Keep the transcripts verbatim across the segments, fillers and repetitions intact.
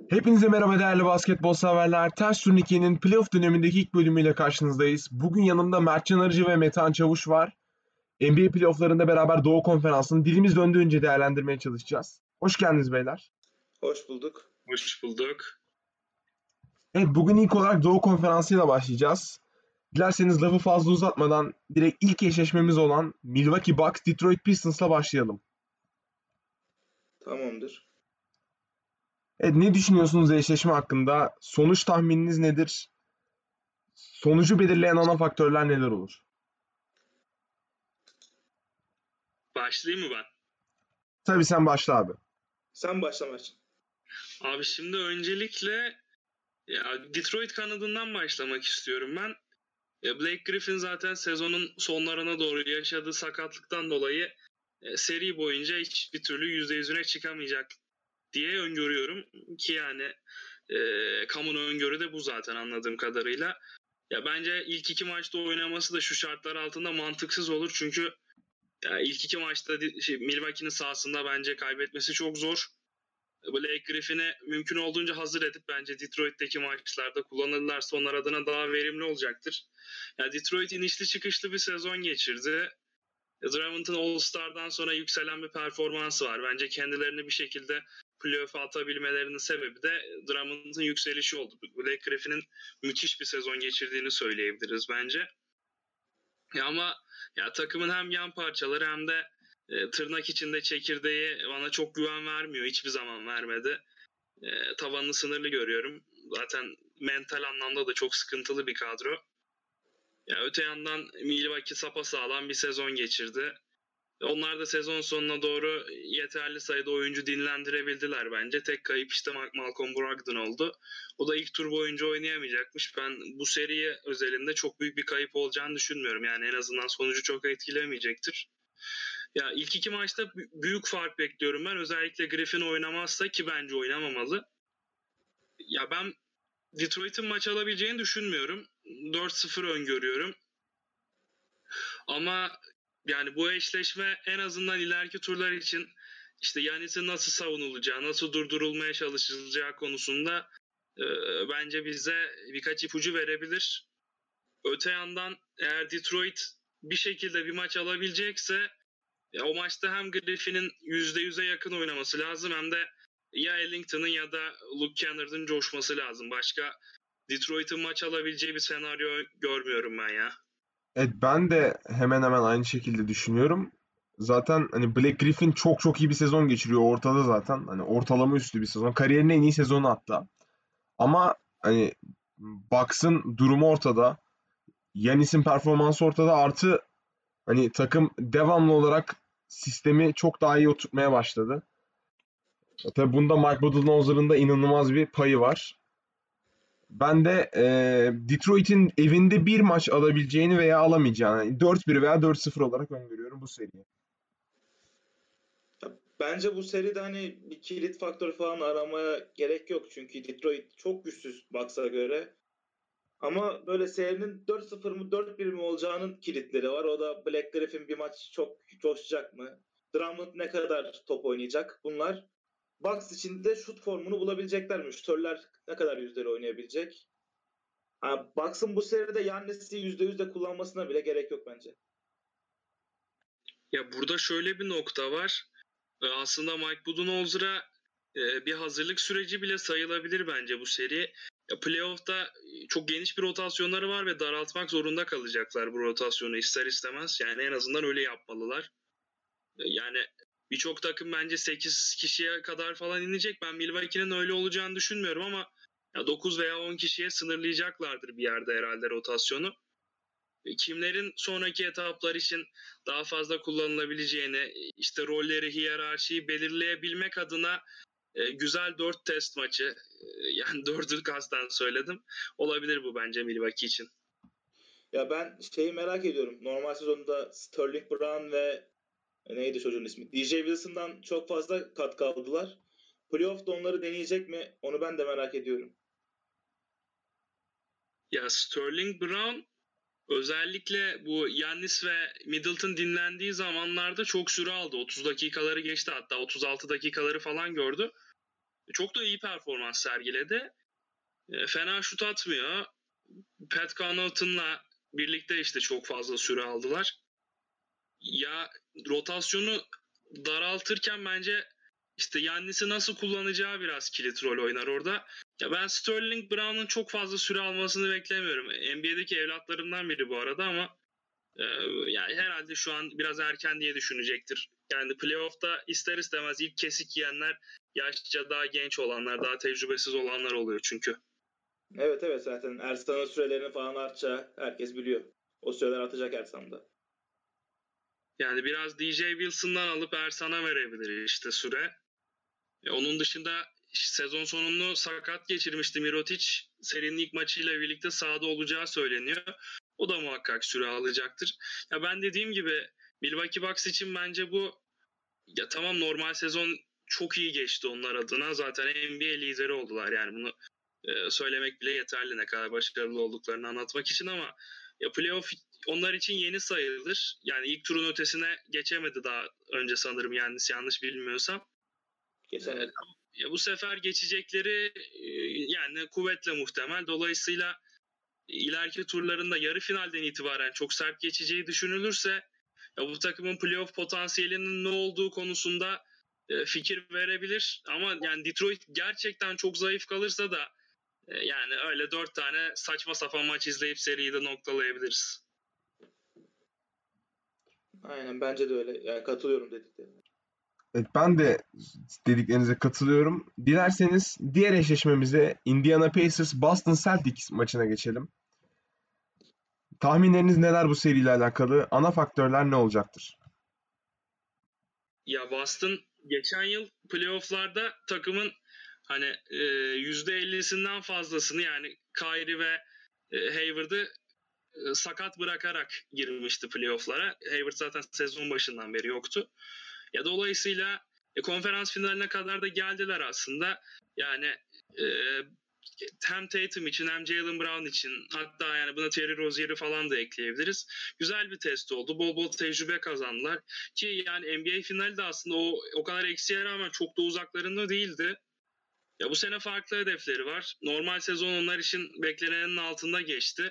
Hepinize merhaba değerli basketbol severler. Ters Turnike'nin playoff dönemindeki ilk bölümüyle karşınızdayız. Bugün yanımda Mertcan Arıcı ve Metehan Çavuş var. N B A playofflarında beraber Doğu Konferansı'nı dilimiz döndüğünce değerlendirmeye çalışacağız. Hoş geldiniz beyler. Hoş bulduk. Hoş bulduk. Evet, bugün ilk olarak Doğu Konferansı'yla başlayacağız. Dilerseniz lafı fazla uzatmadan direkt ilk eşleşmemiz olan Milwaukee Bucks Detroit Pistons'la başlayalım. Tamamdır. Evet, ne düşünüyorsunuz eşleşme hakkında? Sonuç tahmininiz nedir? Sonucu belirleyen ana faktörler neler olur? Başlayayım mı ben? Tabii sen başla abi. Sen başla Mertcan. Abi şimdi öncelikle ya Detroit kanadından başlamak istiyorum ben. Ya Blake Griffin zaten sezonun sonlarına doğru yaşadığı sakatlıktan dolayı e, seri boyunca hiçbir türlü yüzde yüzüne çıkamayacak diye öngörüyorum. Ki yani e, kamunun öngörü de bu zaten anladığım kadarıyla. Ya bence ilk iki maçta oynaması da şu şartlar altında mantıksız olur. Çünkü ya ilk iki maçta şey, Milwaukee'nin sahasında bence kaybetmesi çok zor. Blake Griffin'i mümkün olduğunca hazır edip bence Detroit'teki maçlarda kullanırlarsa onlar adına daha verimli olacaktır. Yani Detroit inişli çıkışlı bir sezon geçirdi. Drummond'un All-Star'dan sonra yükselen bir performansı var. Bence kendilerini bir şekilde playoff'a atabilmelerinin sebebi de Drummond'un yükselişi oldu. Blake Griffin'in müthiş bir sezon geçirdiğini söyleyebiliriz bence. Ya ama ya takımın hem yan parçaları hem de e, tırnak içinde çekirdeği bana çok güven vermiyor. Hiçbir zaman vermedi. E, tavanını sınırlı görüyorum. Zaten mental anlamda da çok sıkıntılı bir kadro. Ya öte yandan Milwaukee sapasağlam bir sezon geçirdi. Onlar da sezon sonuna doğru yeterli sayıda oyuncu dinlendirebildiler bence. Tek kayıp işte Malcolm Brogdon oldu. O da ilk tur boyunca oynayamayacakmış. Ben bu seriye özelinde çok büyük bir kayıp olacağını düşünmüyorum. Yani en azından sonucu çok etkilemeyecektir. Ya ilk iki maçta büyük fark bekliyorum ben. Özellikle Griffin oynamazsa ki bence oynamamalı. Ya ben Detroit'in maç alabileceğini düşünmüyorum. dört sıfır öngörüyorum. Ama yani bu eşleşme en azından ileriki turlar için işte Giannis'in nasıl savunulacağı, nasıl durdurulmaya çalışılacağı konusunda e, bence bize birkaç ipucu verebilir. Öte yandan eğer Detroit bir şekilde bir maç alabilecekse ya o maçta hem Griffin'in yüzde yüze yakın oynaması lazım hem de ya Ellington'ın ya da Luke Kennard'ın coşması lazım. Başka Detroit'in maç alabileceği bir senaryo görmüyorum ben ya. Evet, ben de hemen hemen aynı şekilde düşünüyorum. Zaten hani Blake Griffin çok çok iyi bir sezon geçiriyor ortada zaten. Hani ortalama üstü bir sezon. Kariyerinin en iyi sezonu hatta. Ama hani Bucks'ın durumu ortada. Giannis'in performansı ortada. Artı hani takım devamlı olarak sistemi çok daha iyi oturtmaya başladı. E tabii bunda Mike Budenholzer'ın da inanılmaz bir payı var. Ben de e, Detroit'in evinde bir maç alabileceğini veya alamayacağını yani dört bir veya dört sıfır olarak öngörüyorum bu seriyi. Ya, bence bu seride hani bir kilit faktör falan aramaya gerek yok. Çünkü Detroit çok güçsüz Bucks'a göre. Ama böyle serinin dört sıfır mı dört bir mi olacağının kilitleri var. O da Blake Griffin bir maç çok coşacak mı? Drummond ne kadar top oynayacak? Bunlar Bucks için de şut formunu bulabilecekler mi? Şutörler ne kadar yüzleri oynayabilecek? Ha, Bucks'ın bu seride Giannis'i yüzde yüz de kullanmasına bile gerek yok bence. Ya burada şöyle bir nokta var. Aslında Mike Budenholzer'a bir hazırlık süreci bile sayılabilir bence bu seri. Ya playoff'ta çok geniş bir rotasyonları var ve daraltmak zorunda kalacaklar bu rotasyonu ister istemez. Yani en azından öyle yapmalılar. Yani birçok takım bence sekiz kişiye kadar falan inecek. Ben Milwaukee'nin öyle olacağını düşünmüyorum ama ya dokuz veya on kişiye sınırlayacaklardır bir yerde herhalde rotasyonu. Kimlerin sonraki etaplar için daha fazla kullanılabileceğini, işte rolleri, hiyerarşiyi belirleyebilmek adına e, güzel dört test maçı, e, yani dördü kasten söyledim, olabilir bu bence Milwaukee için. Ya ben şeyi merak ediyorum. Normal sezonda Sterling Brown ve neydi çocuğun ismi? D J Wilson'dan çok fazla katkı aldılar. Playoff'da onları deneyecek mi? Onu ben de merak ediyorum. Ya Sterling Brown özellikle bu Giannis ve Middleton dinlendiği zamanlarda çok süre aldı. otuz dakikaları geçti, hatta otuz altı dakikaları falan gördü. Çok da iyi performans sergiledi. E, fena şut atmıyor. Pat Connaughton'la birlikte işte çok fazla süre aldılar. Ya rotasyonu daraltırken bence işte Yannis'i nasıl kullanacağı biraz kilit rol oynar orada. Ya ben Sterling Brown'un çok fazla süre almasını beklemiyorum. N B A'deki evlatlarımdan biri bu arada ama e, yani herhalde şu an biraz erken diye düşünecektir. Yani playoff'ta ister istemez ilk kesik yiyenler yaşça daha genç olanlar, daha tecrübesiz olanlar oluyor çünkü. Evet evet, zaten Ersan'ın sürelerini falan artacağı herkes biliyor. O süreler atacak Ersan'da. Yani biraz D J Wilson'dan alıp Ersan'a verebilir işte süre. E, onun dışında sezon sonunu sakat geçirmişti Mirotic. Serinin ilk maçıyla birlikte sahada olacağı söyleniyor. O da muhakkak süre alacaktır. Ya ben dediğim gibi Milwaukee Bucks için bence bu, ya tamam normal sezon çok iyi geçti onlar adına. Zaten N B A lideri oldular yani bunu e, söylemek bile yeterli ne kadar başarılı olduklarını anlatmak için ama ya playoff onlar için yeni sayılır. Yani ilk turun ötesine geçemedi daha önce sanırım yanlış yanlış bilmiyorsam. Geçemedi. E, ya bu sefer geçecekleri e, yani kuvvetle muhtemel. Dolayısıyla ileriki turlarında yarı finalden itibaren çok sert geçeceği düşünülürse ya bu takımın playoff potansiyelinin ne olduğu konusunda e, fikir verebilir. Ama yani Detroit gerçekten çok zayıf kalırsa da e, yani öyle dört tane saçma sapan maç izleyip seriyi de noktalayabiliriz. Aynen, bence de öyle. Yani katılıyorum dediklerine. Evet, ben de dediklerinize katılıyorum. Dilerseniz diğer eşleşmemize Indiana Pacers Boston Celtics maçına geçelim. Tahminleriniz neler bu seriyle alakalı? Ana faktörler ne olacaktır? Ya Boston geçen yıl playofflarda takımın hani e, yüzde ellisinden fazlasını yani Kyrie ve e, Hayward'ı e, sakat bırakarak girmişti playofflara. Hayward zaten sezon başından beri yoktu. Ya dolayısıyla e, konferans finaline kadar da geldiler aslında. Yani e, hem Tatum için hem Jaylen Brown için, hatta yani buna Terry Rozier'i falan da ekleyebiliriz. Güzel bir test oldu. Bol bol tecrübe kazandılar. Ki yani N B A finali de aslında o o kadar eksiğe rağmen çok da uzaklarında değildi. Ya bu sene farklı hedefleri var. Normal sezon onlar için beklenenin altında geçti.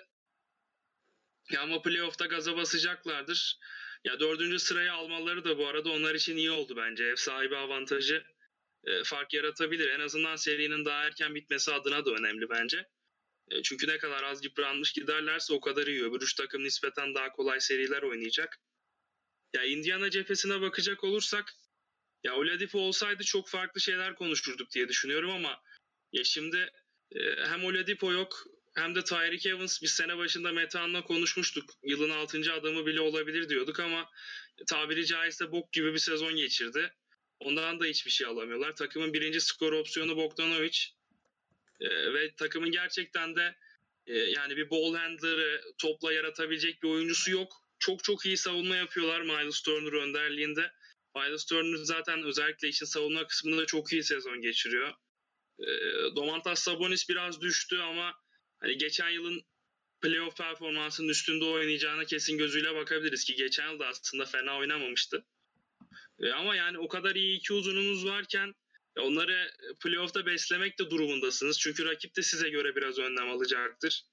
Ya ama playoff'ta gaza basacaklardır. Ya dördüncü sırayı almaları da bu arada onlar için iyi oldu bence. Ev sahibi avantajı e, fark yaratabilir. En azından serinin daha erken bitmesi adına da önemli bence. E, çünkü ne kadar az yıpranmış giderlerse o kadar iyi. Öbür üç takım nispeten daha kolay seriler oynayacak. Ya Indiana cephesine bakacak olursak ya Oladipo olsaydı çok farklı şeyler konuşurduk diye düşünüyorum ama ya şimdi e, hem Oladipo yok hem de Tyreek Evans, biz sene başında Metehan'la konuşmuştuk. Yılın altıncı adamı bile olabilir diyorduk ama tabiri caizse bok gibi bir sezon geçirdi. Ondan da hiçbir şey alamıyorlar. Takımın birinci skor opsiyonu Bogdanovic. E, ve takımın gerçekten de e, yani bir ball handler'ı topla yaratabilecek bir oyuncusu yok. Çok çok iyi savunma yapıyorlar Miles Turner önderliğinde. Miles Turner zaten özellikle işin savunma kısmında çok iyi sezon geçiriyor. E, Domantas Sabonis biraz düştü ama hani geçen yılın playoff performansının üstünde oynayacağına kesin gözüyle bakabiliriz ki geçen yıl da aslında fena oynamamıştı. E, ama yani o kadar iyi iki uzunumuz varken onları playoff'ta beslemek de durumundasınız. Çünkü rakip de size göre biraz önlem alacaktır.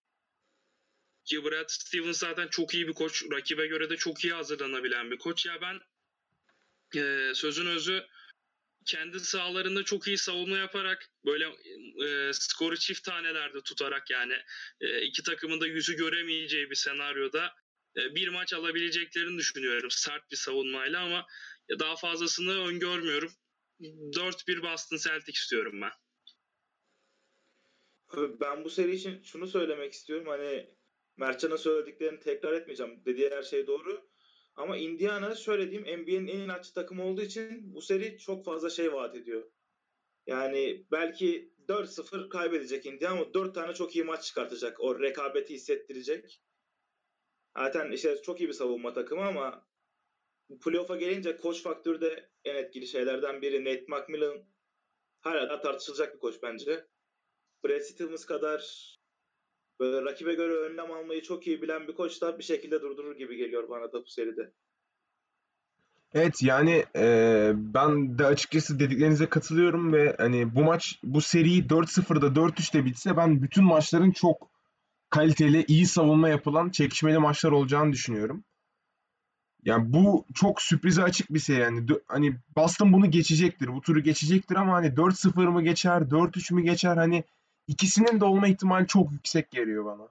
Ki Brad Stevens zaten çok iyi bir koç. Rakibe göre de çok iyi hazırlanabilen bir koç. Ya ben e, sözün özü kendi sahalarında çok iyi savunma yaparak böyle e, skoru çift tanelerde tutarak yani e, iki takımın da yüzü göremeyeceği bir senaryoda e, bir maç alabileceklerini düşünüyorum sert bir savunmayla ama daha fazlasını öngörmüyorum. dört bir Boston Celtics istiyorum ben. Ben bu seri için şunu söylemek istiyorum. Hani Mertcan'ın söylediklerini tekrar etmeyeceğim. Dediği her şey doğru. Ama Indiana şöyle diyeyim, N B A'nin en inatçı takımı olduğu için bu seri çok fazla şey vaat ediyor. Yani belki dört sıfır kaybedecek Indiana ama dört tane çok iyi maç çıkartacak. O rekabeti hissettirecek. Zaten işte çok iyi bir savunma takımı ama playoff'a gelince koç faktörü de en etkili şeylerden biri. Nate McMillan hala da tartışılacak bir koç bence. Brad Stevens kadar böyle rakibe göre önlem almayı çok iyi bilen bir koç da bir şekilde durdurur gibi geliyor bana da bu seride. Evet yani e, ben de açıkçası dediklerinize katılıyorum ve hani bu maç bu seri dört sıfırda dört üçte bitse ben bütün maçların çok kaliteli, iyi savunma yapılan çekişmeli maçlar olacağını düşünüyorum. Yani bu çok sürprize açık bir seri yani. Dö- hani Boston bunu geçecektir, bu turu geçecektir ama hani dört sıfır mı geçer, dört üç mü geçer hani ikisinin de olma ihtimali çok yüksek geliyor bana.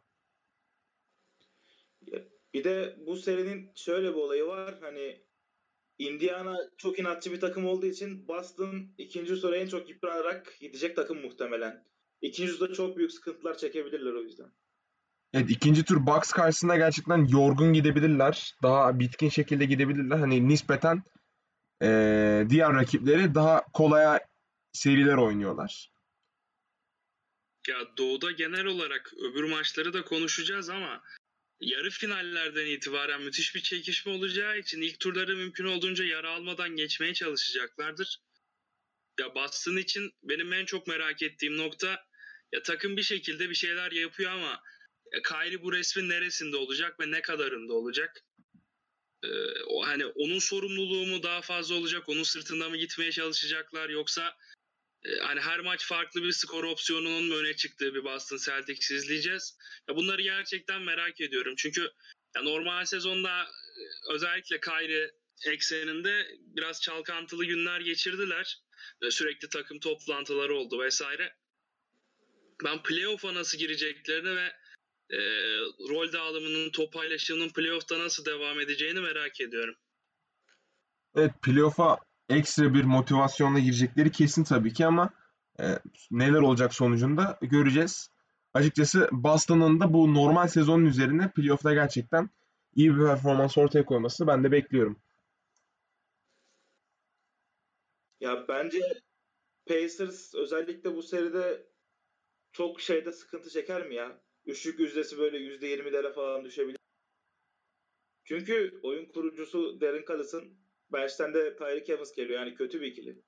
Bir de bu serinin şöyle bir olayı var. Hani Indiana çok inatçı bir takım olduğu için Boston ikinci tura en çok yıpranarak gidecek takım muhtemelen. İkinci turda çok büyük sıkıntılar çekebilirler o yüzden. Evet, ikinci tur Bucks karşısında gerçekten yorgun gidebilirler. Daha bitkin şekilde gidebilirler. Hani nispeten eee, diğer rakipleri daha kolaya seriler oynuyorlar. Ya Doğu'da genel olarak öbür maçları da konuşacağız ama yarı finallerden itibaren müthiş bir çekişme olacağı için ilk turları mümkün olduğunca yara almadan geçmeye çalışacaklardır. Ya Boston için benim en çok merak ettiğim nokta, ya takım bir şekilde bir şeyler yapıyor ama ya Kyrie bu resmin neresinde olacak ve ne kadarında olacak? Ee, o hani onun sorumluluğu mu daha fazla olacak? Onun sırtında mı gitmeye çalışacaklar yoksa e, hani her maç farklı bir skor opsiyonunun mu öne çıktığı bir Boston Celtics izleyeceğiz. Ya bunları gerçekten merak ediyorum. Çünkü ya normal sezonda e, özellikle Kyrie ekseninde biraz çalkantılı günler geçirdiler. E, Sürekli takım toplantıları oldu vesaire. Ben playoff'a nasıl gireceklerini ve e, rol dağılımının, top paylaşımının playoff'ta nasıl devam edeceğini merak ediyorum. Evet, playoff'a ekstra bir motivasyonla girecekleri kesin tabii ki ama e, neler olacak sonucunda göreceğiz. Açıkçası Boston'ın da bu normal sezonun üzerine playoff'ta gerçekten iyi bir performans ortaya koymasını ben de bekliyorum. Ya bence Pacers özellikle bu seride çok şeyde sıkıntı çeker mi ya? Üçlük yüzdesi böyle yüzde yirmilere falan düşebilir. Çünkü oyun kurucusu Darren Collison, bench'ten de Tyreek Evans geliyor. Yani kötü bir ikili.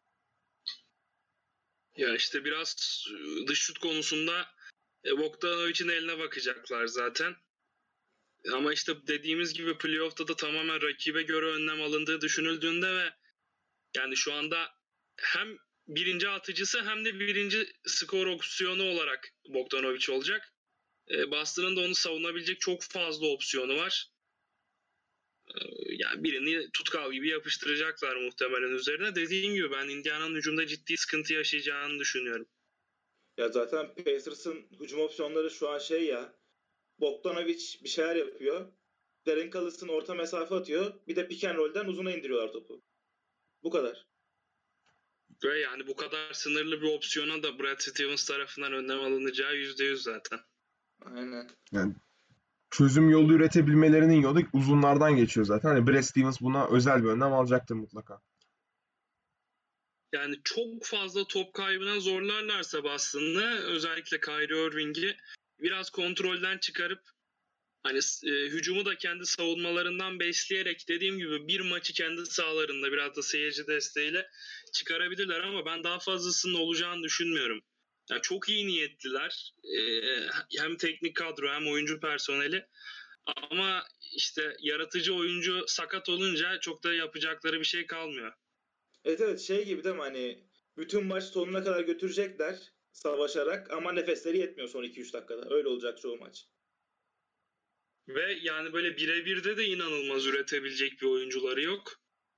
Ya işte biraz e, dış şut konusunda e, Bogdanovic'in eline bakacaklar zaten. Ama işte dediğimiz gibi playoff'ta da tamamen rakibe göre önlem alındığı düşünüldüğünde ve yani şu anda hem birinci atıcısı hem de birinci skor opsiyonu olarak Bogdanovic olacak. E, Boston'ın da onu savunabilecek çok fazla opsiyonu var. E, Yani birini tutkal gibi yapıştıracaklar muhtemelen üzerine. Dediğim gibi ben Indiana'nın hücumda ciddi sıkıntı yaşayacağını düşünüyorum. Ya zaten Pacers'ın hücum opsiyonları şu an şey ya. Bogdanovic bir şeyler yapıyor. Darren Collison orta mesafe atıyor. Bir de pick and roll'den uzuna indiriyorlar topu. Bu kadar. Ve yani bu kadar sınırlı bir opsiyona da Brad Stevens tarafından önlem alınacağı yüzde yüz zaten. Aynen. Yani çözüm yolu üretebilmelerinin yolu uzunlardan geçiyor zaten. Hani Brad Stevens buna özel bir önlem alacaktır mutlaka. Yani çok fazla top kaybına zorlarlarsa Boston'ı, özellikle Kyrie Irving'i biraz kontrolden çıkarıp hani e, hücumu da kendi savunmalarından besleyerek dediğim gibi bir maçı kendi sahalarında biraz da seyirci desteğiyle çıkarabilirler ama ben daha fazlasının olacağını düşünmüyorum. Yani çok iyi niyetliler. E, hem teknik kadro hem oyuncu personeli. Ama işte yaratıcı oyuncu sakat olunca çok da yapacakları bir şey kalmıyor. Evet evet, şey gibi değil mi, hani bütün maç sonuna kadar götürecekler savaşarak ama nefesleri yetmiyor son iki üç dakikada. Öyle olacak çoğu maç. Ve yani böyle birebirde de inanılmaz üretebilecek bir oyuncuları yok.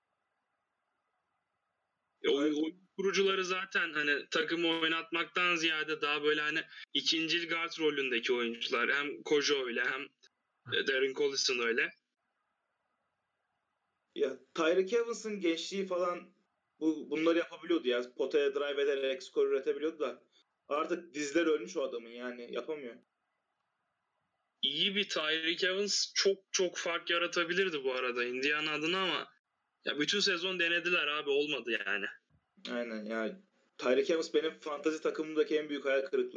E, oy- oyun kurucuları zaten hani takımı oynatmaktan ziyade daha böyle hani ikincil guard rolündeki oyuncular. Hem Kojo öyle hem e, Darren Collison öyle. Ya Tyreek Evans'ın gençliği falan bu bunları yapabiliyordu ya. Potaya drive ederek skor üretebiliyordu da artık dizler ölmüş o adamın, yani yapamıyor. İyi bir Tyreek Evans çok çok fark yaratabilirdi bu arada Indiana adına ama ya bütün sezon denediler abi, olmadı yani. Aynen ya. Tyreek Evans benim fantazi takımımdaki en büyük hayal kırıklığı.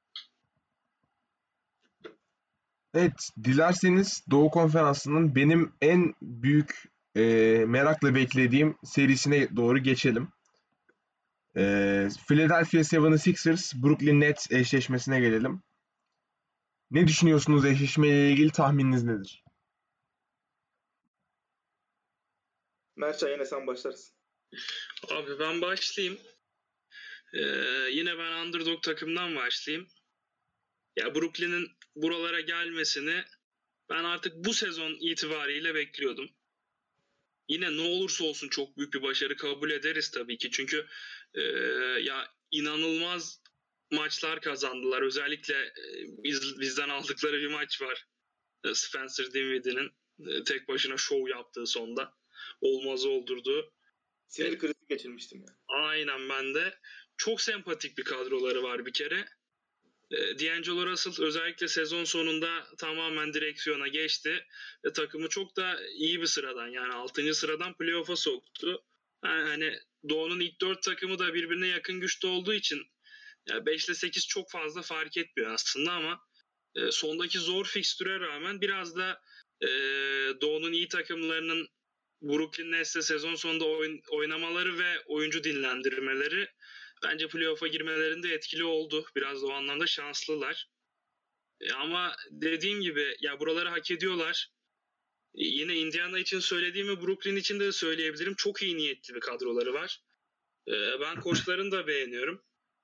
Evet, dilerseniz Doğu Konferansı'nın benim en büyük e, merakla beklediğim serisine doğru geçelim. E, Philadelphia seventy sixers Brooklyn Nets eşleşmesine gelelim. Ne düşünüyorsunuz eşleşmeyle ilgili tahmininiz nedir? Mertcan yine sen başlarsın. Abi ben başlayayım. Ee, yine ben underdog takımdan başlayayım. Ya Brooklyn'in buralara gelmesini ben artık bu sezon itibariyle bekliyordum. Yine ne olursa olsun çok büyük bir başarı kabul ederiz tabii ki. Çünkü e, ya inanılmaz maçlar kazandılar. Özellikle e, biz, bizden aldıkları bir maç var. E, Spencer Dinwiddie'nin e, tek başına şov yaptığı sonda. Olmazı oldurduğu. Sinir krizi geçirmiştim ya. Aynen ben de. Çok sempatik bir kadroları var bir kere. E, D'Angelo Russell özellikle sezon sonunda tamamen direksiyona geçti. Ve takımı çok da iyi bir sıradan yani altıncı sıradan playoff'a soktu. Yani hani Doğu'nun ilk dört takımı da birbirine yakın güçte olduğu için yani beş ile sekiz çok fazla fark etmiyor aslında ama e, sondaki zor fikstüre rağmen biraz da e, Doğu'nun iyi takımlarının Brooklyn Nets'te sezon sonunda oyn- oynamaları ve oyuncu dinlendirmeleri bence playoff'a girmelerinde etkili oldu. Biraz da o anlamda şanslılar. E, ama dediğim gibi ya buraları hak ediyorlar. E, yine Indiana için söylediğimi Brooklyn için de söyleyebilirim. Çok iyi niyetli bir kadroları var. E, ben koçlarını da beğeniyorum.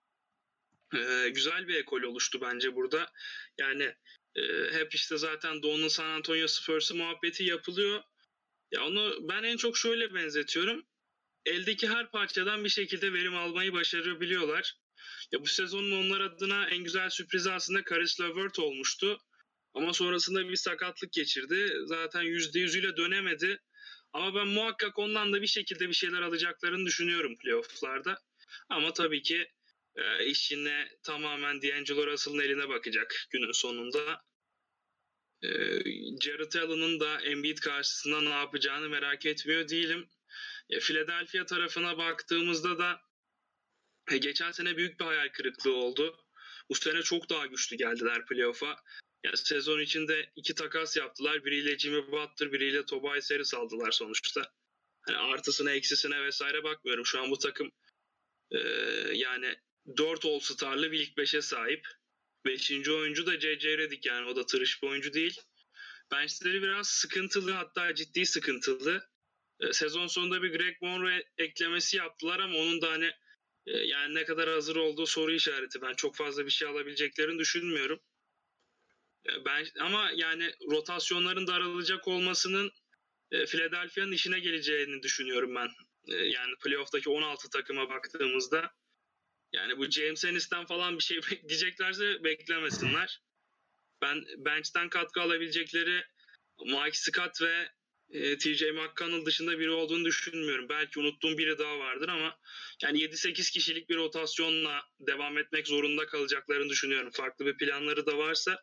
E, güzel bir ekol oluştu bence burada. Yani e, hep işte zaten Doğu'nun San Antonio Spurs'u muhabbeti yapılıyor. Ya onu ben en çok şöyle benzetiyorum. Eldeki her parçadan bir şekilde verim almayı başarabiliyorlar. Ya bu sezonun onlar adına en güzel sürprizi aslında Caris LeVert olmuştu. Ama sonrasında bir sakatlık geçirdi. Zaten yüzde yüzüyle dönemedi. Ama ben muhakkak ondan da bir şekilde bir şeyler alacaklarını düşünüyorum playoff'larda. Ama tabii ki e, iş yine tamamen D'Angelo Russell'ın eline bakacak günün sonunda. E, Jared Allen'ın da Embiid karşısında ne yapacağını merak etmiyor değilim. E, Philadelphia tarafına baktığımızda da e, geçen sene büyük bir hayal kırıklığı oldu. Bu sene çok daha güçlü geldiler playoff'a. Yani sezon içinde iki takas yaptılar. Biriyle Jimmy Butler, biriyle Tobias Harris aldılar sonuçta. Hani artısına, eksisine vesaire bakmıyorum. Şu an bu takım e, yani dört All-Star'lı bir ilk beşe sahip. Beşinci oyuncu da J J Redick, yani o da tırış bir oyuncu değil. Benchleri biraz sıkıntılı, hatta ciddi sıkıntılı. E, sezon sonunda bir Greg Monroe eklemesi yaptılar ama onun da hani e, yani ne kadar hazır olduğu soru işareti. Ben çok fazla bir şey alabileceklerini düşünmüyorum. E, ben ama yani rotasyonların daralacak olmasının e, Philadelphia'nın işine geleceğini düşünüyorum ben. E, yani playoff'taki on altı takıma baktığımızda yani bu James Ennis'ten falan bir şey bekleyeceklerse beklemesinler. Ben bench'ten katkı alabilecekleri Mike Scott ve e, T J McConnell dışında biri olduğunu düşünmüyorum. Belki unuttuğum biri daha vardır ama yani yedi sekiz kişilik bir rotasyonla devam etmek zorunda kalacaklarını düşünüyorum. Farklı bir planları da varsa.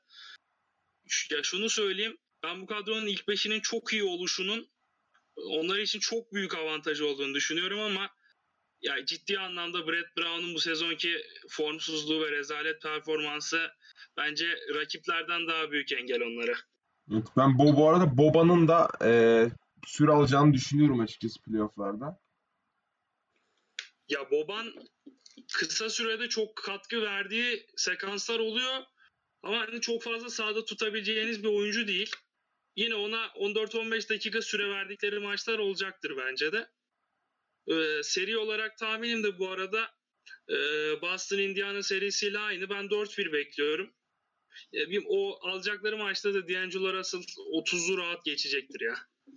Ya şunu söyleyeyim. Ben bu kadronun ilk beşinin çok iyi oluşunun onlar için çok büyük avantajı olduğunu düşünüyorum ama ya ciddi anlamda Brett Brown'un bu sezonki formsuzluğu ve rezalet performansı bence rakiplerden daha büyük engel onlara. Evet, ben bu, bu arada Boba'nın da e, süre alacağını düşünüyorum açıkçası playoff'larda. Ya Boban kısa sürede çok katkı verdiği sekanslar oluyor ama hani çok fazla sahada tutabileceğiniz bir oyuncu değil. Yine ona on dört on beş dakika süre verdikleri maçlar olacaktır bence de. Ee, seri olarak tahminim de bu arada e, Boston Indiana serisiyle aynı. Ben dört bir bekliyorum. E, bir, o alacakları maçta da D'Angelo Russell otuzu rahat geçecektir ya.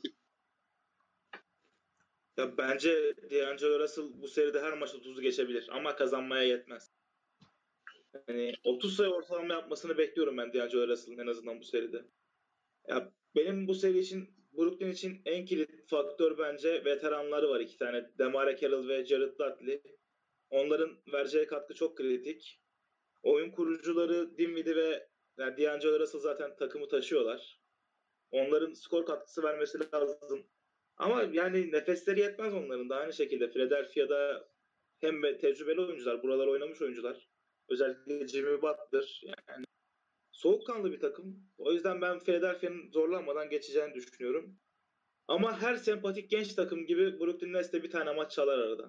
Ya bence D'Angelo Russell bu seride her maç otuzu geçebilir ama kazanmaya yetmez. Yani otuz sayı ortalama yapmasını bekliyorum ben D'Angelo Russell'ın en azından bu seride. Ya benim bu seri için Brooklyn için en kilit faktör bence veteranları var iki tane. DeMar Carroll ve Jared Dudley. Onların vereceği katkı çok kritik. Oyun kurucuları Dinwiddie ve yani D'Angelo Russell zaten takımı taşıyorlar. Onların skor katkısı vermesi lazım. Ama yani nefesleri yetmez onların da aynı şekilde. Philadelphia'da hem tecrübeli oyuncular, buralar oynamış oyuncular. Özellikle Jimmy Butler. Yani soğukkanlı bir takım. O yüzden ben Philadelphia'nın zorlanmadan geçeceğini düşünüyorum. Ama her sempatik genç takım gibi Brooklyn Nets de bir tane maç çalar arada.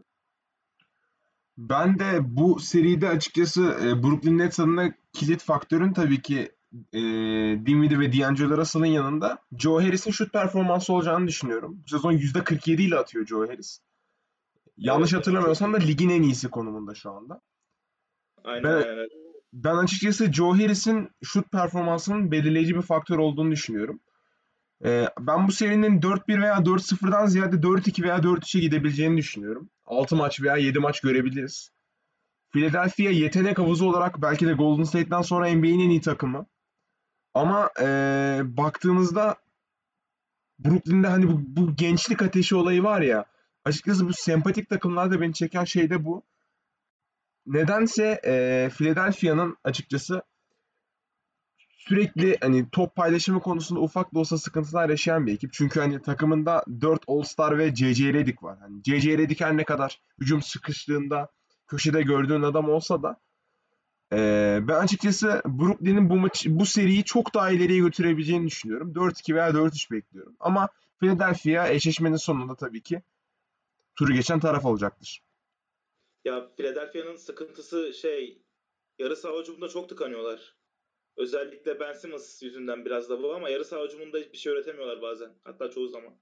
Ben de bu seride açıkçası e, Brooklyn Nets adına kilit faktörün tabii ki e, Dinwiddie ve D'Angelo Russell'ın yanında Joe Harris'in şut performansı olacağını düşünüyorum. Bu sezon yüzde kırk yedi ile atıyor Joe Harris. Yanlış Evet evet, çok hatırlamıyorsam da iyi. ligin en iyisi konumunda şu anda. Aynen Ben aynen. ben açıkçası Joe Harris'in şut performansının belirleyici bir faktör olduğunu düşünüyorum. Ee, ben bu serinin dört bir veya dört sıfırdan ziyade dört iki veya dört üçe gidebileceğini düşünüyorum. altı maç veya yedi maç görebiliriz. Philadelphia yetenek havuzu olarak belki de Golden State'den sonra N B A'nin en iyi takımı. Ama ee, baktığımızda Brooklyn'de hani bu, bu gençlik ateşi olayı var ya. Açıkçası bu sempatik takımlarda beni çeken şey de bu. Nedense ee, Philadelphia'nın açıkçası sürekli hani top paylaşımı konusunda ufak da olsa sıkıntılar yaşayan bir ekip. Çünkü hani takımında dört All-Star ve C C Redick var. Hani C C Redick her ne kadar hücum sıkıştığında köşede gördüğün adam olsa da eee, ben açıkçası Brooklyn'in bu maç bu seriyi çok daha ileriye götürebileceğini düşünüyorum. dört iki veya dört üç bekliyorum. Ama Philadelphia eşleşmenin sonunda tabii ki turu geçen taraf olacaktır. Ya Philadelphia'nın sıkıntısı şey, yarı saha hücumunda çok tıkanıyorlar. Özellikle Ben Simmons yüzünden biraz da bu, ama yarı saha hücumunda hiçbir şey üretemiyorlar bazen. Hatta çoğu zaman.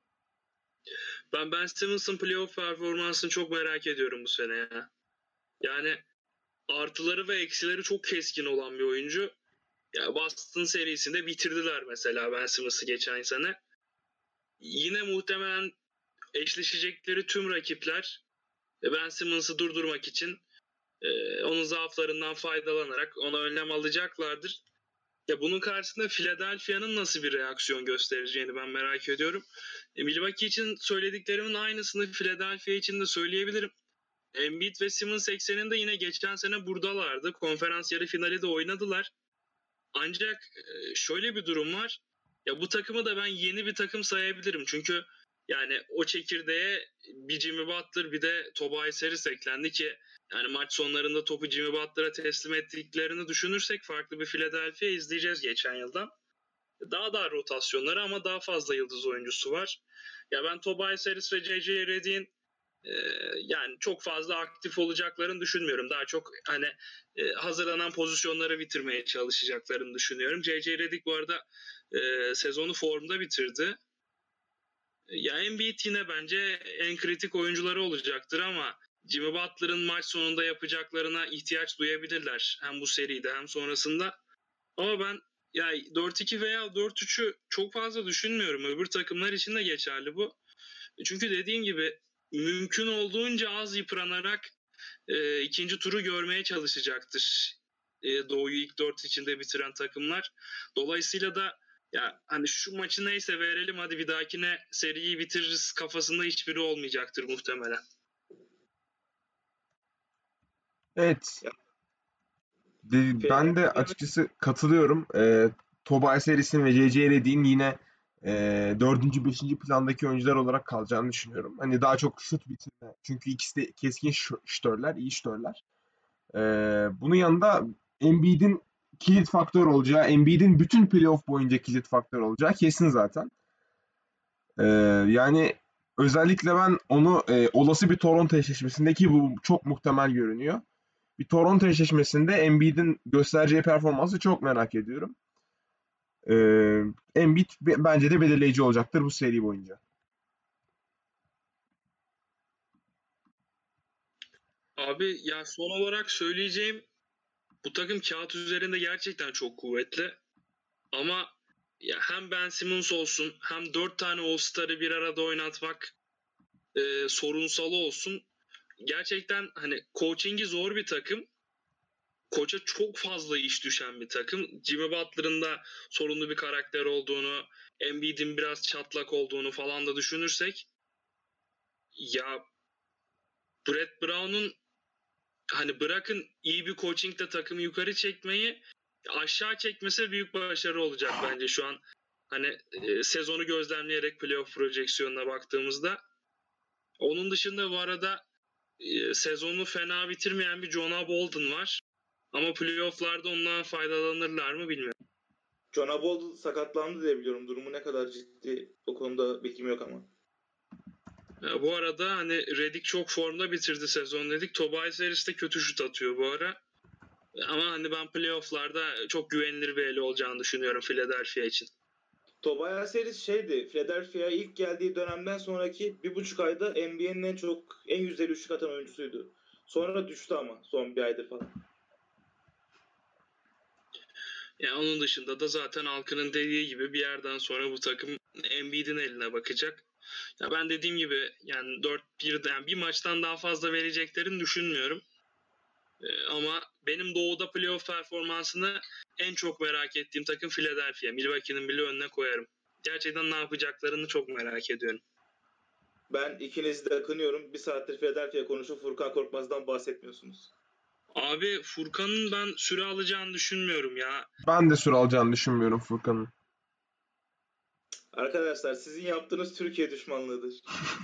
Ben Ben Simmons'ın playoff performansını çok merak ediyorum bu sene ya. Yani artıları ve eksileri çok keskin olan bir oyuncu. Ya Boston serisinde bitirdiler mesela Ben Simmons'ı geçen sene. Yine muhtemelen eşleşecekleri tüm rakipler Ben Simmons'ı durdurmak için e, onun zaaflarından faydalanarak ona önlem alacaklardır. Ya bunun karşısında Philadelphia'nın nasıl bir reaksiyon göstereceğini ben merak ediyorum. E, Milwaukee için söylediklerimin aynısını Philadelphia için de söyleyebilirim. Embiid ve Simmons ekseninde yine geçen sene buradalardı. Konferans yarı finali de oynadılar. Ancak e, şöyle bir durum var. Ya bu takımı da ben yeni bir takım sayabilirim. Çünkü yani o çekirdeğe bir Jimmy Butler bir de Tobias Harris eklendi ki yani maç sonlarında topu Jimmy Butler'a teslim ettiklerini düşünürsek farklı bir Philadelphia izleyeceğiz geçen yıldan. Daha daha rotasyonları ama daha fazla yıldız oyuncusu var. Ya ben Tobias Harris ve J J Redick'in e, yani çok fazla aktif olacaklarını düşünmüyorum. Daha çok hani e, hazırlanan pozisyonları bitirmeye çalışacaklarını düşünüyorum. J J Redick bu arada e, sezonu formda bitirdi. Ya Embiid yine bence en kritik oyuncuları olacaktır ama Jimmy Butler'ın maç sonunda yapacaklarına ihtiyaç duyabilirler. Hem bu seride hem sonrasında. Ama ben ya dört iki veya dört üçü çok fazla düşünmüyorum. Öbür takımlar için de geçerli bu. Çünkü dediğim gibi mümkün olduğunca az yıpranarak e, ikinci turu görmeye çalışacaktır. E, Doğu'yu ilk dört içinde bitiren takımlar. Dolayısıyla da ya hani şu maçı neyse verelim hadi bir dahakine seriyi bitiririz kafasında hiçbiri olmayacaktır muhtemelen. Evet. Ya, De- ben de Philadelphia'nın açıkçası katılıyorum. Ee, Tobias Harris'in ve J J Redick'in yine e, dördüncü, beşinci plandaki oyuncular olarak kalacağını düşünüyorum. Hani daha çok şut bitirme. Çünkü ikisi de keskin ş- şütörler, iyi şütörler. Ee, bunun yanında Embiid'in kilit faktör olacağı, Embiid'in bütün playoff boyunca kilit faktör olacağı kesin zaten. Ee, yani özellikle ben onu e, olası bir Toronto eşleşmesindeki bu çok muhtemel görünüyor. Bir Toronto eşleşmesinde Embiid'in göstereceği performansı çok merak ediyorum. Ee, Embiid be- bence de belirleyici olacaktır bu seri boyunca. Abi ya son olarak söyleyeceğim bu takım kağıt üzerinde gerçekten çok kuvvetli. Ama ya hem Ben Simmons olsun hem dört tane All-Star'ı bir arada oynatmak e, sorunsalı olsun. Gerçekten hani coaching'i zor bir takım. Koça çok fazla iş düşen bir takım. Jimmy Butler'ın da sorunlu bir karakter olduğunu, Embiid'in biraz çatlak olduğunu falan da düşünürsek ya Brett Brown'un hani bırakın iyi bir coachingle takımı yukarı çekmeyi aşağı çekmesi büyük başarı olacak bence şu an. Hani e, sezonu gözlemleyerek playoff projeksiyonuna baktığımızda. Onun dışında bu arada e, sezonu fena bitirmeyen bir Jonah Bolden var. Ama playoff'larda ondan faydalanırlar mı bilmiyorum. John Abold sakatlandı diye biliyorum. Durumu ne kadar ciddi o konuda bilgim yok ama. Ya bu arada hani Redick çok formda bitirdi sezon dedik. Tobias Harris de kötü şut atıyor bu ara. Ama hani ben playoff'larda çok güvenilir bir ele olacağını düşünüyorum Philadelphia için. Tobias Harris şeydi, Philadelphia'ya ilk geldiği dönemden sonraki bir buçuk ayda N B A'nin en çok en yüzdeli üçlük atan oyuncusuydu. Sonra düştü ama son bir aydır falan. Ya onun dışında da zaten Alkın'ın dediği gibi bir yerden sonra bu takım Embiid'in eline bakacak. Ya ben dediğim gibi yani dört bir yani bir maçtan daha fazla vereceklerini düşünmüyorum. Ee, ama benim doğuda playoff performansını en çok merak ettiğim takım Philadelphia. Milwaukee'nin bile önüne koyarım. Gerçekten ne yapacaklarını çok merak ediyorum. Ben ikinizi de akınıyorum. Bir saattir Philadelphia konuşup Furkan Korkmaz'dan bahsetmiyorsunuz. Abi Furkan'ın ben süre alacağını düşünmüyorum ya. Ben de süre alacağını düşünmüyorum Furkan'ın. Arkadaşlar sizin yaptığınız Türkiye düşmanlığıdır.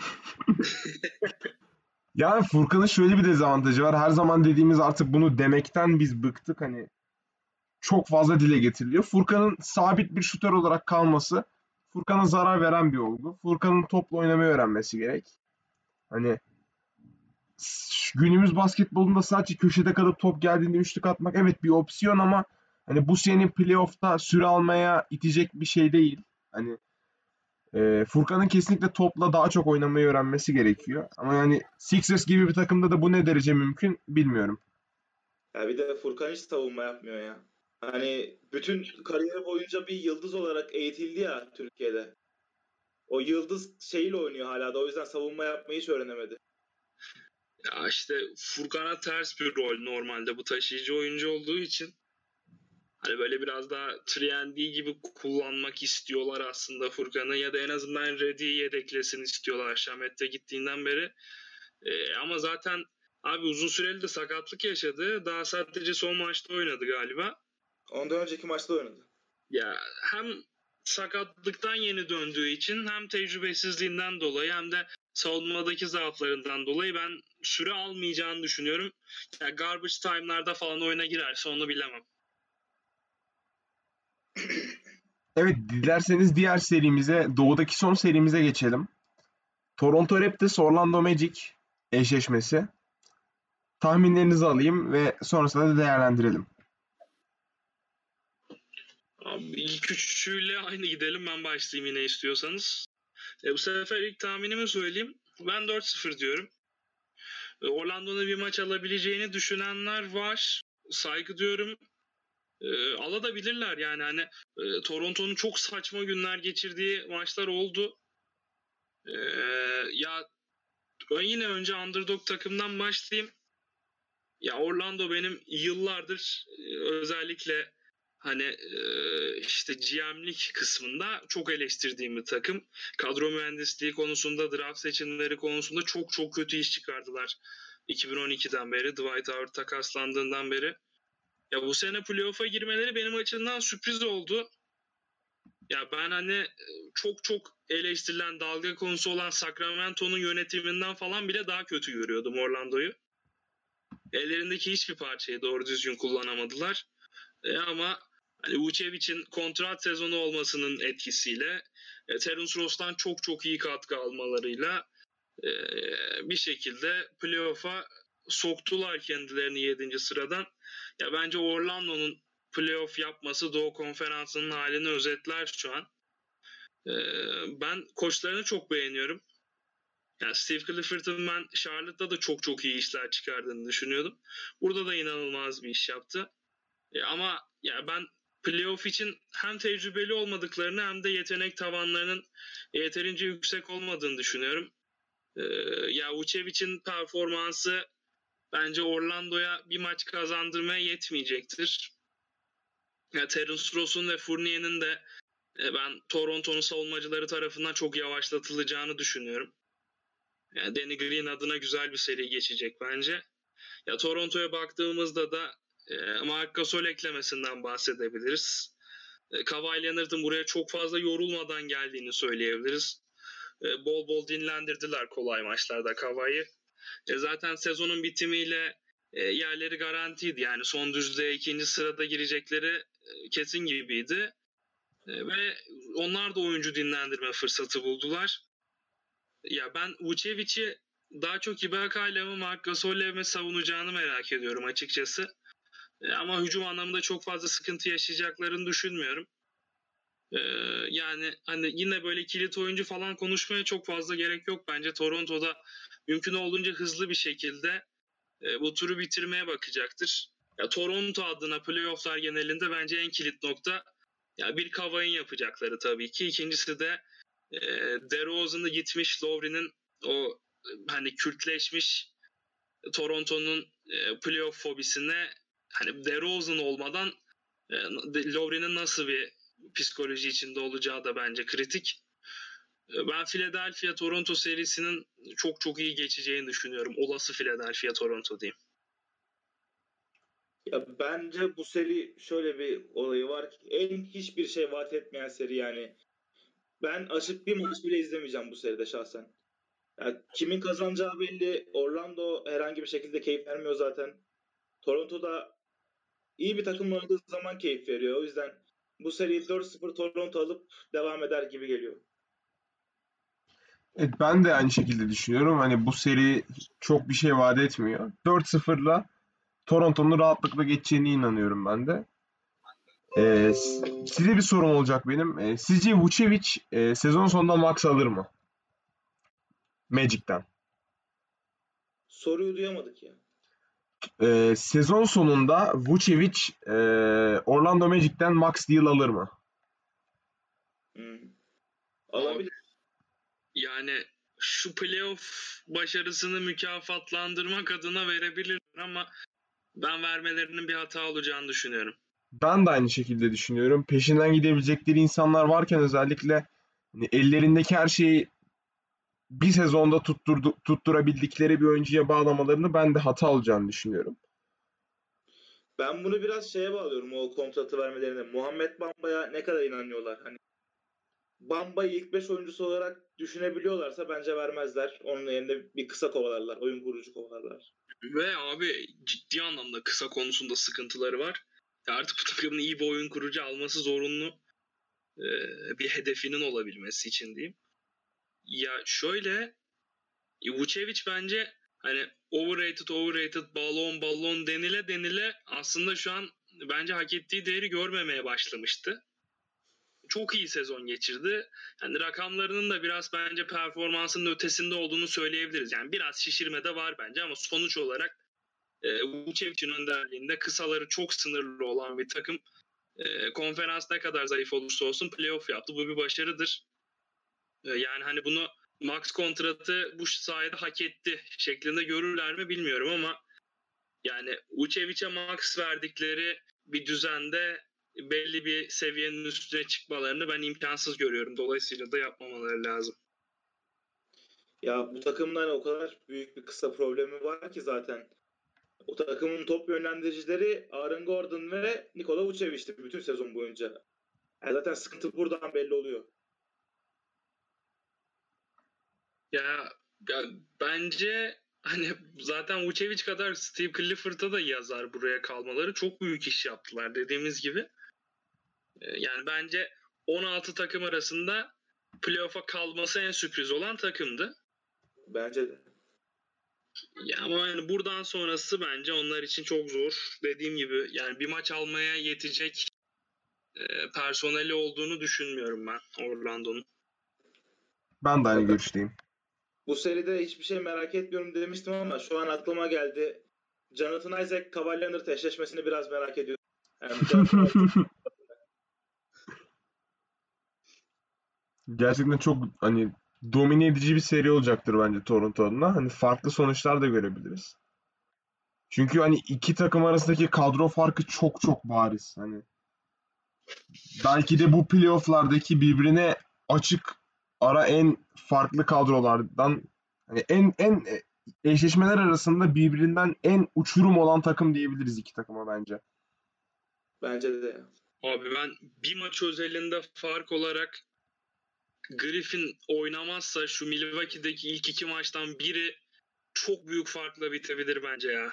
Yani Furkan'ın şöyle bir dezavantajı var. Her zaman dediğimiz artık bunu demekten biz bıktık. Hani çok fazla dile getiriliyor. Furkan'ın sabit bir şutör olarak kalması Furkan'a zarar veren bir olgu. Furkan'ın topla oynamayı öğrenmesi gerek. Hani günümüz basketbolunda sadece köşede kalıp top geldiğinde üçlük atmak evet bir opsiyon ama hani bu seni playoff'ta süre almaya itecek bir şey değil. Hani e, Furkan'ın kesinlikle topla daha çok oynamayı öğrenmesi gerekiyor. Ama yani Sixers gibi bir takımda da bu ne derece mümkün bilmiyorum. Ya bir de Furkan hiç savunma yapmıyor ya. Hani bütün kariyeri boyunca bir yıldız olarak eğitildi ya Türkiye'de. O yıldız şeyiyle oynuyor hala da o yüzden savunma yapmayı hiç öğrenemedi. Ya işte Furkan'a ters bir rol normalde bu taşıyıcı oyuncu olduğu için. Hani böyle biraz daha üç and D gibi kullanmak istiyorlar aslında Furkan'ı ya da en azından Reddy'yi yedeklesin istiyorlar Şamet'te gittiğinden beri. Ee, ama zaten abi uzun süreli de sakatlık yaşadı. Daha sadece son maçta oynadı galiba. Ondan önceki maçta oynadı. Ya hem sakatlıktan yeni döndüğü için hem tecrübesizliğinden dolayı hem de savunmadaki zaaflarından dolayı ben süre almayacağını düşünüyorum. Ya garbage time'larda falan oyuna girerse onu bilemem. Evet, dilerseniz diğer serimize, doğudaki son serimize geçelim. Toronto Raptors, Orlando Magic eşleşmesi. Tahminlerinizi alayım ve sonrasında da değerlendirelim. Abi ilk üçüyle aynı gidelim, ben başlayayım yine istiyorsanız. E, bu sefer ilk tahminimi söyleyeyim. Ben dört sıfır diyorum. E, Orlando'nun bir maç alabileceğini düşünenler var. Saygı diyorum. E, alabilirler yani hani e, Toronto'nun çok saçma günler geçirdiği maçlar oldu. E, ya yine önce underdog takımdan başlayayım. Ya Orlando benim yıllardır e, özellikle hani e, işte G M'lik kısmında çok eleştirdiğim bir takım. Kadro mühendisliği konusunda, draft seçimleri konusunda çok çok kötü iş çıkardılar. iki bin on ikiden beri, Dwight Howard takaslandığından beri. Ya bu sene playoff'a girmeleri benim açımdan sürpriz oldu. Ya ben hani çok çok eleştirilen, dalga konusu olan Sacramento'nun yönetiminden falan bile daha kötü görüyordum Orlando'yu. Ellerindeki hiçbir parçayı doğru düzgün kullanamadılar. E ama hani Vucevic'in kontrat sezonu olmasının etkisiyle e, Terence Ross'tan çok çok iyi katkı almalarıyla e, bir şekilde playoff'a soktular kendilerini yedinci sıradan. Ya bence Orlando'nun playoff yapması Doğu Konferansı'nın halini özetler şu an. E, ben koçlarını çok beğeniyorum. Yani Steve Clifford'ın ben Charlotte'da da çok çok iyi işler çıkardığını düşünüyordum. Burada da inanılmaz bir iş yaptı. E, ama ya ben playoff için hem tecrübeli olmadıklarını hem de yetenek tavanlarının yeterince yüksek olmadığını düşünüyorum. E, ya Vucevic'in performansı bence Orlando'ya bir maç kazandırmaya yetmeyecektir. Ya Terence Ross'un ve Fournier'in de e, ben Toronto'nun savunmacıları tarafından çok yavaşlatılacağını düşünüyorum. Yani Danny Green adına güzel bir seri geçecek bence. Ya Toronto'ya baktığımızda da e, Marc Gasol eklemesinden bahsedebiliriz. E, Kawhi Leonard'ın buraya çok fazla yorulmadan geldiğini söyleyebiliriz. E, bol bol dinlendirdiler kolay maçlarda Kawhi'yi. E, zaten sezonun bitimiyle e, yerleri garantiydi. Yani son düzlüğe ikinci sırada girecekleri e, kesin gibiydi. E, ve onlar da oyuncu dinlendirme fırsatı buldular. Ya ben Vucevic'i daha çok Ibaka ile mi Marc Gasol'le mi savunacağını merak ediyorum açıkçası. E, ama hücum anlamında çok fazla sıkıntı yaşayacaklarını düşünmüyorum. E, yani hani yine böyle kilit oyuncu falan konuşmaya çok fazla gerek yok bence. Toronto'da mümkün olduğunca hızlı bir şekilde e, bu turu bitirmeye bakacaktır. Ya Toronto adına playofflar genelinde bence en kilit nokta ya bir Kawhi'nin yapacakları tabii ki. İkincisi de e, DeRozan'ı gitmiş Lowry'nin o hani kürtleşmiş Toronto'nun e, playoff fobisine hani DeRozan olmadan e, Lowry'nin nasıl bir psikoloji içinde olacağı da bence kritik. E, ben Philadelphia Toronto serisinin çok çok iyi geçeceğini düşünüyorum. Olası Philadelphia Toronto diyeyim. Ya bence bu seri şöyle bir olayı var ki en hiçbir şey vaat etmeyen seri yani. Ben açıp bir maç bile izlemeyeceğim bu seride şahsen. Ya kimin kazanacağı belli. Orlando herhangi bir şekilde keyif vermiyor zaten. Toronto'da iyi bir takım oynadığı zaman keyif veriyor. O yüzden bu seriyi dört sıfır Toronto alıp devam eder gibi geliyor. Evet, ben de aynı şekilde düşünüyorum. Hani bu seri çok bir şey vaat etmiyor. dört sıfırla Toronto'nun rahatlıkla geçeceğine inanıyorum ben de. Ee, s- size bir sorum olacak benim. Ee, sizce Vucevic e, sezon sonunda max alır mı? Magic'ten. Soruyu duyamadık ya. Ee, sezon sonunda Vucevic e, Orlando Magic'ten max deal alır mı? Hmm. Abi, Alabilir. yani şu playoff başarısını mükafatlandırmak adına verebilirler ama ben vermelerinin bir hata olacağını düşünüyorum. Ben de aynı şekilde düşünüyorum. Peşinden gidebilecekleri insanlar varken özellikle hani ellerindeki her şeyi bir sezonda tutturdu, tutturabildikleri bir oyuncuya bağlamalarını ben de hata olacağını düşünüyorum. Ben bunu biraz şeye bağlıyorum o kontratı vermelerine. Muhammed Bamba'ya ne kadar inanıyorlar? Hani Bamba'yı ilk beş oyuncusu olarak düşünebiliyorlarsa bence vermezler. Onun yerine bir kısa kovalarlar. Oyun kurucu kovalarlar. Ve abi ciddi anlamda kısa konusunda sıkıntıları var. Ya artık bu takımın iyi bir oyun kurucu alması zorunlu. Ee, bir hedefinin olabilmesi için diyeyim. Ya şöyle Vucevic bence hani overrated overrated balon balon denile denile aslında şu an bence hak ettiği değeri görmemeye başlamıştı. Çok iyi sezon geçirdi. Yani rakamlarının da biraz bence performansının ötesinde olduğunu söyleyebiliriz. Yani biraz şişirme de var bence ama sonuç olarak e, Vucevic'in önderliğinde kısaları çok sınırlı olan bir takım e, konferans ne kadar zayıf olursa olsun playoff yaptı. Bu bir başarıdır. E, yani hani bunu max kontratı bu sayede hak etti şeklinde görürler mi bilmiyorum ama yani Vucevic'e max verdikleri bir düzende belli bir seviyenin üstüne çıkmalarını ben imkansız görüyorum. Dolayısıyla da yapmamaları lazım. Ya bu takımların o kadar büyük bir kısa problemi var ki zaten. O takımın top yönlendiricileri Aaron Gordon ve Nikola Vucevic'ti bütün sezon boyunca. Yani zaten sıkıntı buradan belli oluyor. Ya, ya bence hani zaten Vucevic kadar Steve Clifford'a da yazar buraya kalmaları. Çok büyük iş yaptılar dediğimiz gibi. Ee, Yani bence on altı takım arasında playoff'a kalması en sürpriz olan takımdı. Bence de. Ya ama yani buradan sonrası bence onlar için çok zor. Dediğim gibi yani bir maç almaya yetecek e, personeli olduğunu düşünmüyorum ben Orlando'nun. Ben de aynı Fakat görüşteyim. bu seride hiçbir şey merak etmiyorum demiştim ama şu an aklıma geldi. Jonathan Isaac Kawhi Leonard eşleşmesini biraz merak ediyorum. Yani Jonathan Isaac Gerçekten çok hani domine edici bir seri olacaktır bence Toronto adına. Hani farklı sonuçlar da görebiliriz. Çünkü hani iki takım arasındaki kadro farkı çok çok bariz. Hani belki de bu playoff'lardaki birbirine açık ara en farklı kadrolardan hani en en eşleşmeler arasında birbirinden en uçurum olan takım diyebiliriz iki takıma bence. bence de. Abi ben bir maç özelinde fark olarak Griffin oynamazsa şu Milwaukee'deki ilk iki maçtan biri çok büyük farkla bitebilir bence ya.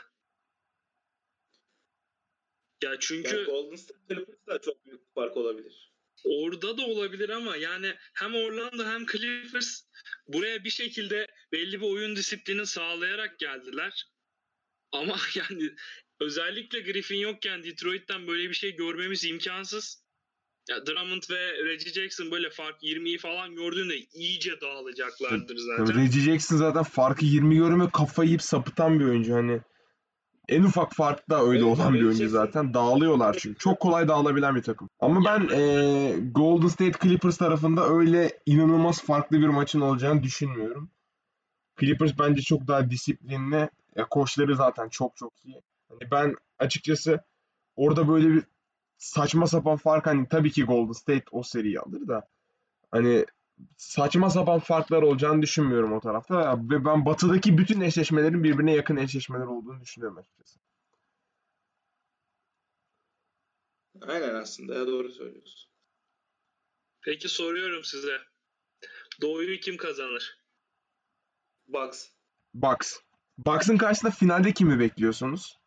Ya Yani çünkü Golden State Clippers da çok büyük bir fark olabilir. orada da olabilir ama yani hem Orlando hem Clippers buraya bir şekilde belli bir oyun disiplini sağlayarak geldiler. Ama yani özellikle Griffin yokken Detroit'ten böyle bir şey görmemiz imkansız. Ya Drummond ve Reggie Jackson böyle fark yirmiyi falan gördüğünde iyice dağılacaklardır zaten. Reggie Jackson zaten farkı yirmi görüyor, kafayı yiyip sapıtan bir oyuncu. Hani en ufak farkta öyle Evet, olan bir Reggie oyuncu Jackson zaten. Dağılıyorlar çünkü. Çok kolay dağılabilen bir takım. Ama ben eee, Golden State Clippers tarafında öyle inanılmaz farklı bir maçın olacağını düşünmüyorum. Clippers bence çok daha disiplinli. Ya koçları zaten çok çok iyi. Hani ben açıkçası orada böyle bir saçma sapan fark, hani tabii ki Golden State o seriyi alır da hani saçma sapan farklar olacağını düşünmüyorum o tarafta. Ve ben batıdaki bütün eşleşmelerin birbirine yakın eşleşmeler olduğunu düşünüyorum açıkçası. aynen aslında ya, doğru söylüyorsun. Peki soruyorum size. Doğu'yu kim kazanır? Bucks. Bucks. Bucks'ın karşısında finalde kimi bekliyorsunuz?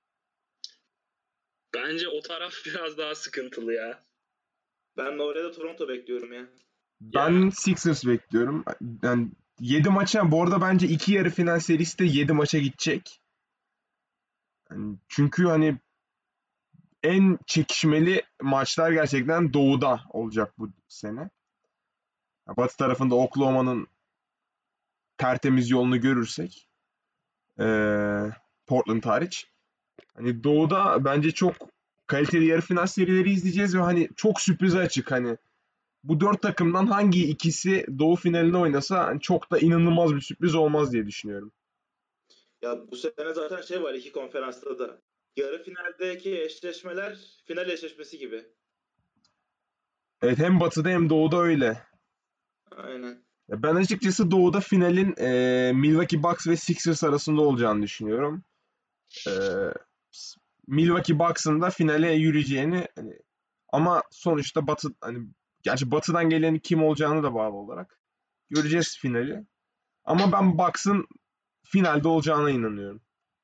Bence o taraf biraz daha sıkıntılı ya. Ben oraya da Toronto bekliyorum ya. Ben Sixers bekliyorum. Yani yedi maça, bu arada bence iki yarı final serisi de yedi maça gidecek. Yani çünkü hani en çekişmeli maçlar gerçekten Doğu'da olacak bu sene. Batı tarafında Oklahoma'nın tertemiz yolunu görürsek, eee, Portland hariç. Hani Doğu'da bence çok kaliteli yarı final serileri izleyeceğiz ve hani çok sürprize açık. Hani bu dört takımdan hangi ikisi Doğu finalinde oynasa hani çok da inanılmaz bir sürpriz olmaz diye düşünüyorum. Ya bu sene zaten şey var iki konferansta da. Yarı finaldeki eşleşmeler final eşleşmesi gibi. Evet, hem Batı'da hem Doğu'da öyle. Aynen. Ya ben açıkçası Doğu'da finalin eee, Milwaukee Bucks ve Sixers arasında olacağını düşünüyorum. Eee, Milwaukee Bucks'ın da finale yürüyeceğini, hani, ama sonuçta Batı, hani gerçi Batı'dan gelenin kim olacağını da bağlı olarak göreceğiz finali. Ama ben Bucks'ın finalde olacağına inanıyorum.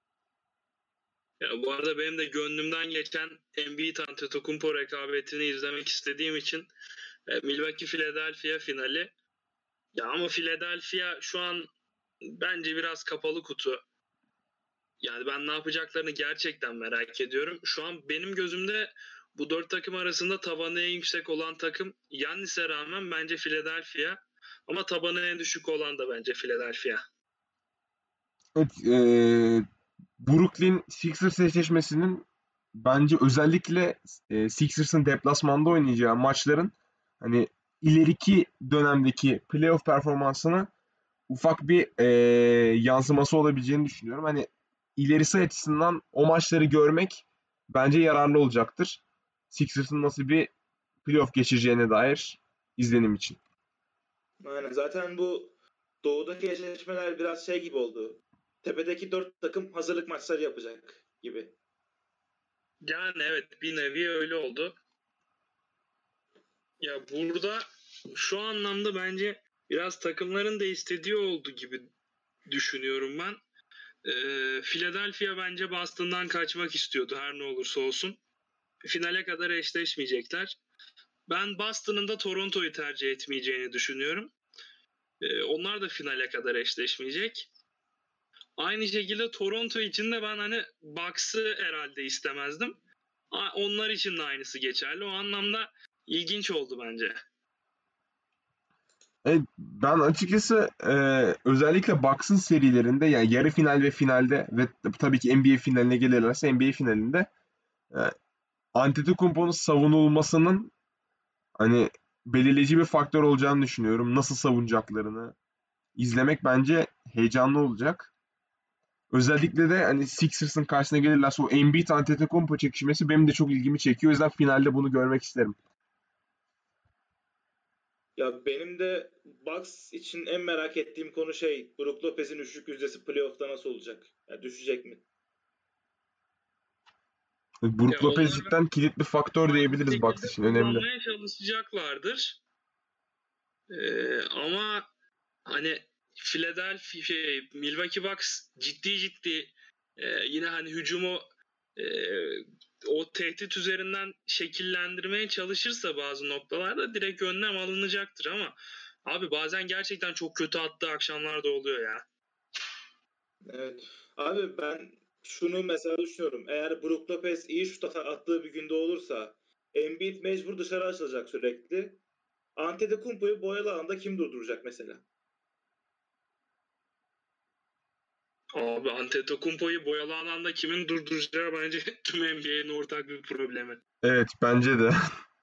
Ya bu arada benim de gönlümden geçen Embiid Antetokounmpo rekabetini izlemek istediğim için e, Milwaukee Philadelphia finali. Ya ama Philadelphia şu an bence biraz kapalı kutu. Yani ben ne yapacaklarını gerçekten merak ediyorum. Şu an benim gözümde bu dört takım arasında tabanı en yüksek olan takım Giannis'e rağmen bence Philadelphia. Ama tabanı en düşük olan da bence Philadelphia. Evet, eee, Brooklyn Sixers eşleşmesinin bence özellikle e, Sixers'ın deplasmanda oynayacağı maçların hani ileriki dönemdeki playoff performansına ufak bir e, yansıması olabileceğini düşünüyorum. Hani ilerisi açısından o maçları görmek bence yararlı olacaktır. Sixers'ın nasıl bir playoff geçireceğine dair izlenim için. Aynen. Zaten bu doğudaki eşleşmeler biraz şey gibi oldu. Tepedeki dört takım hazırlık maçları yapacak gibi. Yani evet, bir nevi öyle oldu. Ya burada şu anlamda bence biraz takımların da istediği oldu gibi düşünüyorum ben. Ee, Philadelphia bence Boston'dan kaçmak istiyordu her ne olursa olsun. Finale kadar eşleşmeyecekler. Ben Boston'ın da Toronto'yu tercih etmeyeceğini düşünüyorum. Ee, onlar da finale kadar eşleşmeyecek. Aynı şekilde Toronto için de ben hani Bucks'ı herhalde istemezdim. Onlar için de aynısı geçerli. O anlamda ilginç oldu bence. Evet, ben açıkçası e, özellikle Bucks'ın serilerinde, yani yarı final ve finalde ve tabii ki N B A finaline gelirlerse N B A finalinde e, Antetokounmpo'nun savunulmasının hani belirleyici bir faktör olacağını düşünüyorum. Nasıl savunacaklarını izlemek bence heyecanlı olacak. Özellikle de hani Sixers'ın karşısına gelirlerse o Embiid Antetokounmpo çekişmesi benim de çok ilgimi çekiyor. O yüzden finalde bunu görmek isterim. Ya benim de Bucks için en merak ettiğim konu şey, Brook Lopez'in üçlük yüzdesi playoff'ta nasıl olacak? Ya düşecek mi? Ya Brook Lopez onlar cidden kilit bir faktör aynı diyebiliriz Bucks şekilde için. Önemli. kullanmaya çalışacaklardır. Ee, ama hani Philadelphia, şey, Milwaukee Bucks ciddi ciddi e, yine hani hücumu e, o tehdit üzerinden şekillendirmeye çalışırsa bazı noktalarda direkt önlem alınacaktır ama abi bazen gerçekten çok kötü attığı akşamlar da oluyor ya. Evet. Abi ben şunu mesela düşünüyorum. Eğer Brook Lopez iyi şut attığı bir günde olursa Embiid mecbur dışarı açılacak sürekli. Antetokounmpo'yu boyalı alanda kim durduracak mesela? Abi Antetokounmpo'yu boyalı alanda kimin durduracağı bence tüm N B A'nin ortak bir problemi. Evet, bence de.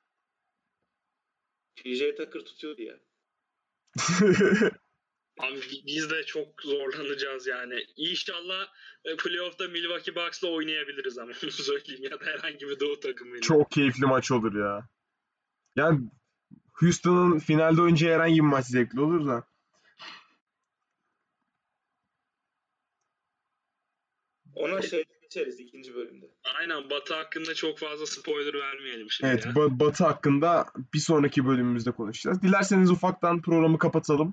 P J Tucker tutuyordu ya. Abi biz de çok zorlanacağız yani. İnşallah playoff'ta Milwaukee Bucks'la oynayabiliriz ama onu söyleyeyim ya da herhangi bir doğu takımıyla. Çok keyifli maç olur ya. Yani Houston'ın finalde oynayacağı herhangi bir maç zevkli olur da. Ona şey geçeriz ikinci bölümde. Aynen, Batı hakkında çok fazla spoiler vermeyelim şimdi Evet, ya. Ba- Batı hakkında bir sonraki bölümümüzde konuşacağız. Dilerseniz ufaktan programı kapatalım.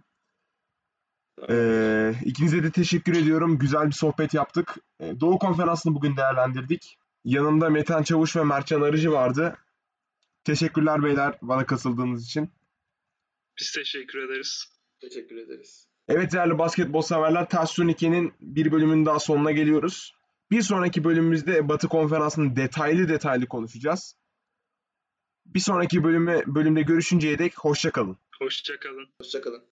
Ee, ikinize de teşekkür ediyorum. Güzel bir sohbet yaptık. Ee, Doğu Konferansı'nı bugün değerlendirdik. Yanımda Metehan Çavuş ve Mertcan Arıcı vardı. Teşekkürler beyler bana katıldığınız için. Biz teşekkür ederiz. Teşekkür ederiz. Evet değerli basketbol severler, Ters Turnike'nin bir bölümünün daha sonuna geliyoruz. Bir sonraki bölümümüzde Batı Konferansı'nı detaylı detaylı konuşacağız. Bir sonraki bölüme, bölümde görüşünceye dek hoşça kalın. Hoşça kalın. Hoşçakalın.